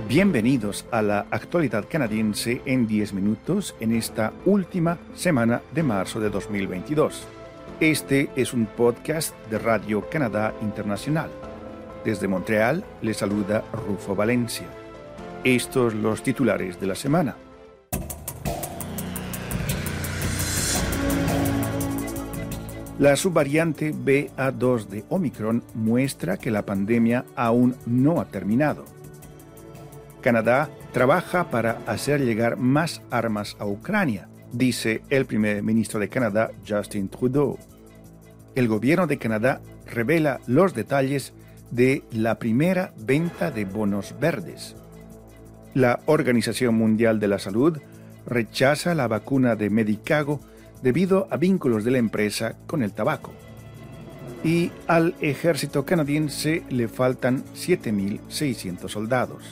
Bienvenidos a la actualidad canadiense en 10 minutos en esta última semana de marzo de 2022. Este es un podcast de Radio Canadá Internacional. Desde Montreal les saluda Rufo Valencia. Estos los titulares de la semana. La subvariante BA2 de Omicron muestra que la pandemia aún no ha terminado. Canadá trabaja para hacer llegar más armas a Ucrania, dice el primer ministro de Canadá, Justin Trudeau. El gobierno de Canadá revela los detalles de la primera venta de bonos verdes. La Organización Mundial de la Salud rechaza la vacuna de Medicago debido a vínculos de la empresa con el tabaco. Y al ejército canadiense le faltan 7.600 soldados.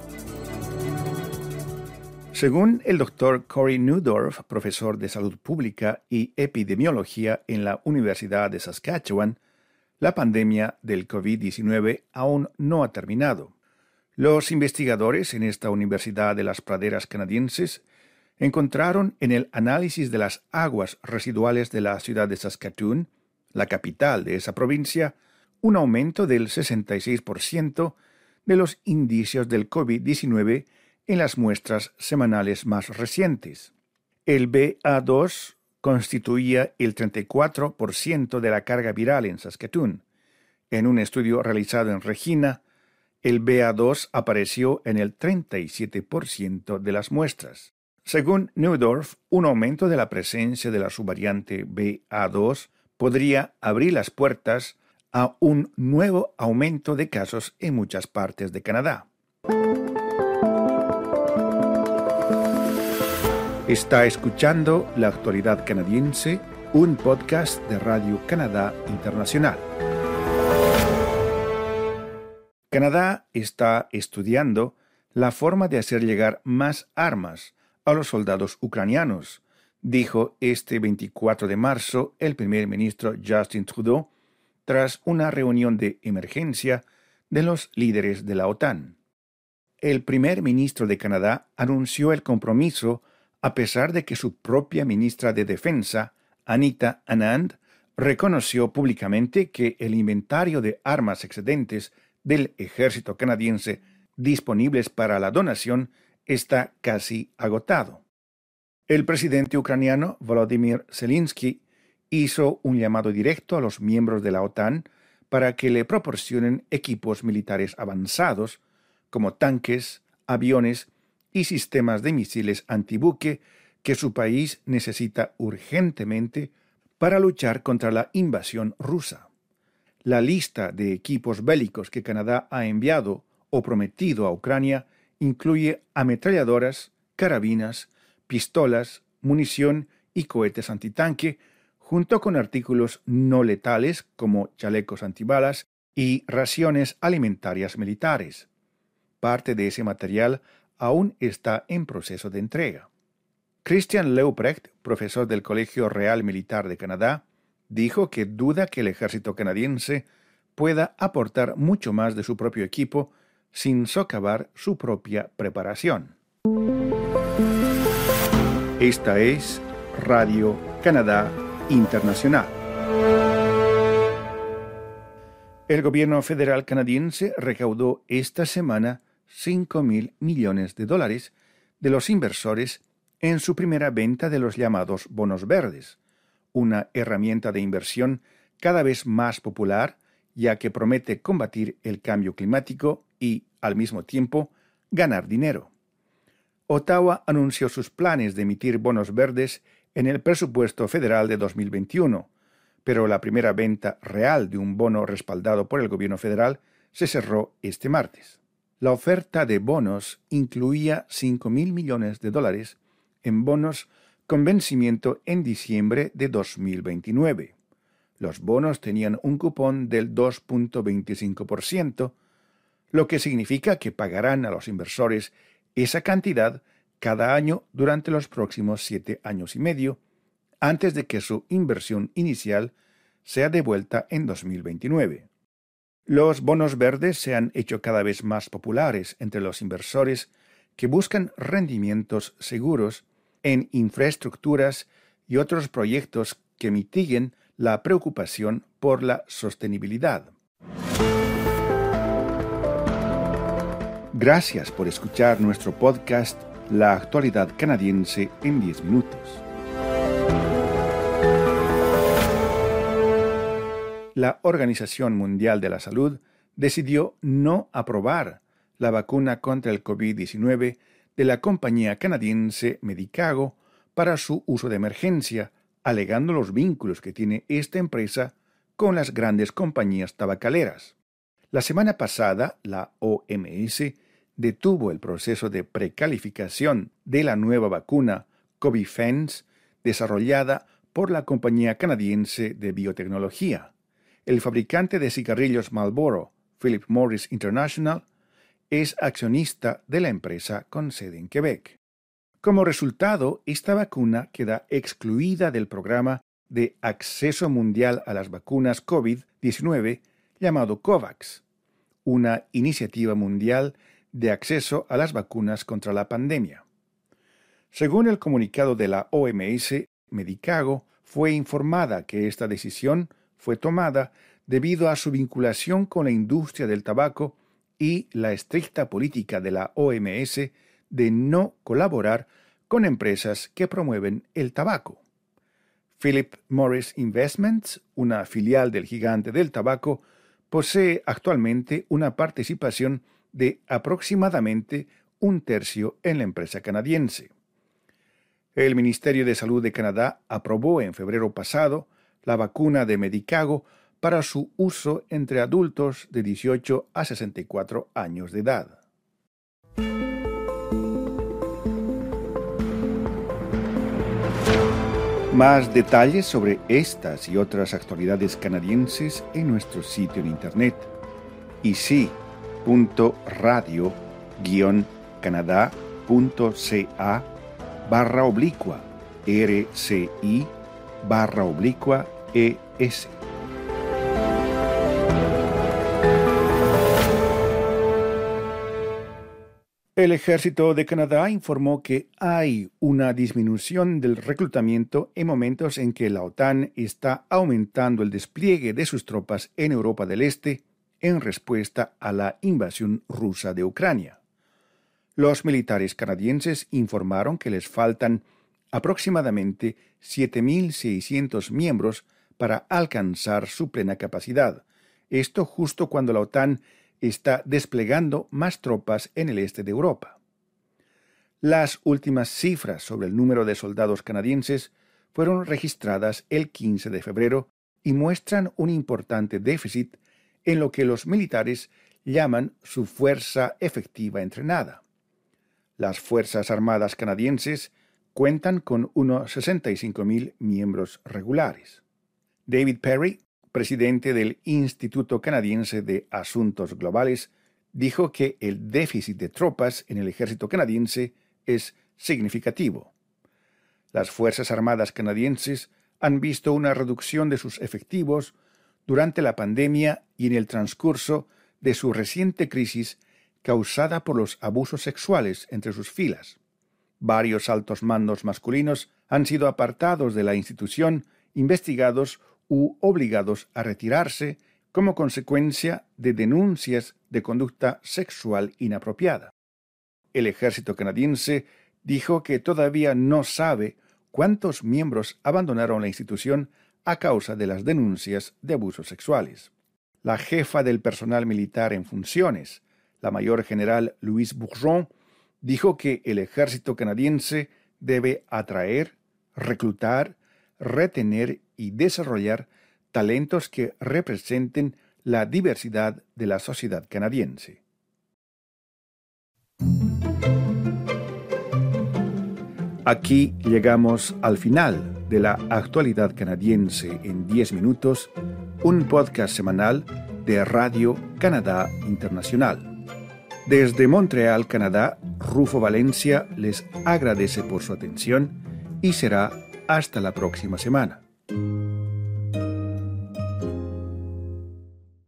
Según el Dr. Corey Neudorf, profesor de salud pública y epidemiología en la Universidad de Saskatchewan, la pandemia del COVID-19 aún no ha terminado. Los investigadores en esta Universidad de las Praderas canadienses encontraron en el análisis de las aguas residuales de la ciudad de Saskatoon, la capital de esa provincia, un aumento del 66% de los indicios del COVID-19 en las muestras semanales más recientes. El BA2 constituía el 34% de la carga viral en Saskatoon. En un estudio realizado en Regina, el BA2 apareció en el 37% de las muestras. Según Neudorf, un aumento de la presencia de la subvariante BA2 podría abrir las puertas a un nuevo aumento de casos en muchas partes de Canadá. Está escuchando La Actualidad Canadiense, un podcast de Radio Canadá Internacional. Canadá está estudiando la forma de hacer llegar más armas a los soldados ucranianos, dijo este 24 de marzo el primer ministro Justin Trudeau tras una reunión de emergencia de los líderes de la OTAN. El primer ministro de Canadá anunció el compromiso a pesar de que su propia ministra de Defensa, Anita Anand, reconoció públicamente que el inventario de armas excedentes del ejército canadiense disponibles para la donación está casi agotado. El presidente ucraniano Volodymyr Zelensky hizo un llamado directo a los miembros de la OTAN para que le proporcionen equipos militares avanzados como tanques, aviones y sistemas de misiles antibuque que su país necesita urgentemente para luchar contra la invasión rusa. La lista de equipos bélicos que Canadá ha enviado o prometido a Ucrania incluye ametralladoras, carabinas, pistolas, munición y cohetes antitanque, junto con artículos no letales como chalecos antibalas y raciones alimentarias militares. Parte de ese material aún está en proceso de entrega. Christian Leuprecht, profesor del Colegio Real Militar de Canadá, dijo que duda que el ejército canadiense pueda aportar mucho más de su propio equipo sin socavar su propia preparación. Esta es Radio Canadá Internacional. El gobierno federal canadiense recaudó esta semana $5,000 millones de los inversores en su primera venta de los llamados bonos verdes, una herramienta de inversión cada vez más popular ya que promete combatir el cambio climático y, al mismo tiempo, ganar dinero. Ottawa anunció sus planes de emitir bonos verdes en el presupuesto federal de 2021, pero la primera venta real de un bono respaldado por el gobierno federal se cerró este martes. La oferta de bonos incluía $5,000 millones en bonos con vencimiento en diciembre de 2029. Los bonos tenían un cupón del 2.25%, lo que significa que pagarán a los inversores esa cantidad cada año durante los próximos 7 años y medio, antes de que su inversión inicial sea devuelta en 2029. Los bonos verdes se han hecho cada vez más populares entre los inversores que buscan rendimientos seguros en infraestructuras y otros proyectos que mitiguen la preocupación por la sostenibilidad. Gracias por escuchar nuestro podcast La actualidad canadiense en 10 minutos. La Organización Mundial de la Salud decidió no aprobar la vacuna contra el COVID-19 de la compañía canadiense Medicago para su uso de emergencia, alegando los vínculos que tiene esta empresa con las grandes compañías tabacaleras. La semana pasada, la OMS detuvo el proceso de precalificación de la nueva vacuna Covifense desarrollada por la compañía canadiense de biotecnología. El fabricante de cigarrillos Marlboro, Philip Morris International, es accionista de la empresa con sede en Quebec. Como resultado, esta vacuna queda excluida del programa de acceso mundial a las vacunas COVID-19 llamado COVAX, una iniciativa mundial de acceso a las vacunas contra la pandemia. Según el comunicado de la OMS, Medicago fue informada que esta decisión fue tomada debido a su vinculación con la industria del tabaco y la estricta política de la OMS de no colaborar con empresas que promueven el tabaco. Philip Morris Investments, una filial del gigante del tabaco, posee actualmente una participación de aproximadamente 1/3 en la empresa canadiense. El Ministerio de Salud de Canadá aprobó en febrero pasado la vacuna de Medicago para su uso entre adultos de 18 a 64 años de edad. Más detalles sobre estas y otras actualidades canadienses en nuestro sitio en internet ici.radio-canada.ca/RCI/ES. El Ejército de Canadá informó que hay una disminución del reclutamiento en momentos en que la OTAN está aumentando el despliegue de sus tropas en Europa del Este en respuesta a la invasión rusa de Ucrania. Los militares canadienses informaron que les faltan aproximadamente 7.600 miembros para alcanzar su plena capacidad. Esto justo cuando la OTAN está desplegando más tropas en el este de Europa. Las últimas cifras sobre el número de soldados canadienses fueron registradas el 15 de febrero y muestran un importante déficit en lo que los militares llaman su fuerza efectiva entrenada. Las Fuerzas Armadas canadienses cuentan con unos 65.000 miembros regulares. David Perry, presidente del Instituto Canadiense de Asuntos Globales, dijo que el déficit de tropas en el ejército canadiense es significativo. Las Fuerzas Armadas canadienses han visto una reducción de sus efectivos durante la pandemia y en el transcurso de su reciente crisis causada por los abusos sexuales entre sus filas. Varios altos mandos masculinos han sido apartados de la institución, investigados u obligados a retirarse como consecuencia de denuncias de conducta sexual inapropiada. El ejército canadiense dijo que todavía no sabe cuántos miembros abandonaron la institución a causa de las denuncias de abusos sexuales. La jefa del personal militar en funciones, la mayor general Louise Bourgeon, dijo que el ejército canadiense debe atraer, reclutar, retener y desarrollar talentos que representen la diversidad de la sociedad canadiense. Aquí llegamos al final de la actualidad canadiense en 10 minutos, un podcast semanal de Radio Canadá Internacional. Desde Montreal, Canadá, Rufo Valencia les agradece por su atención y será hasta la próxima semana.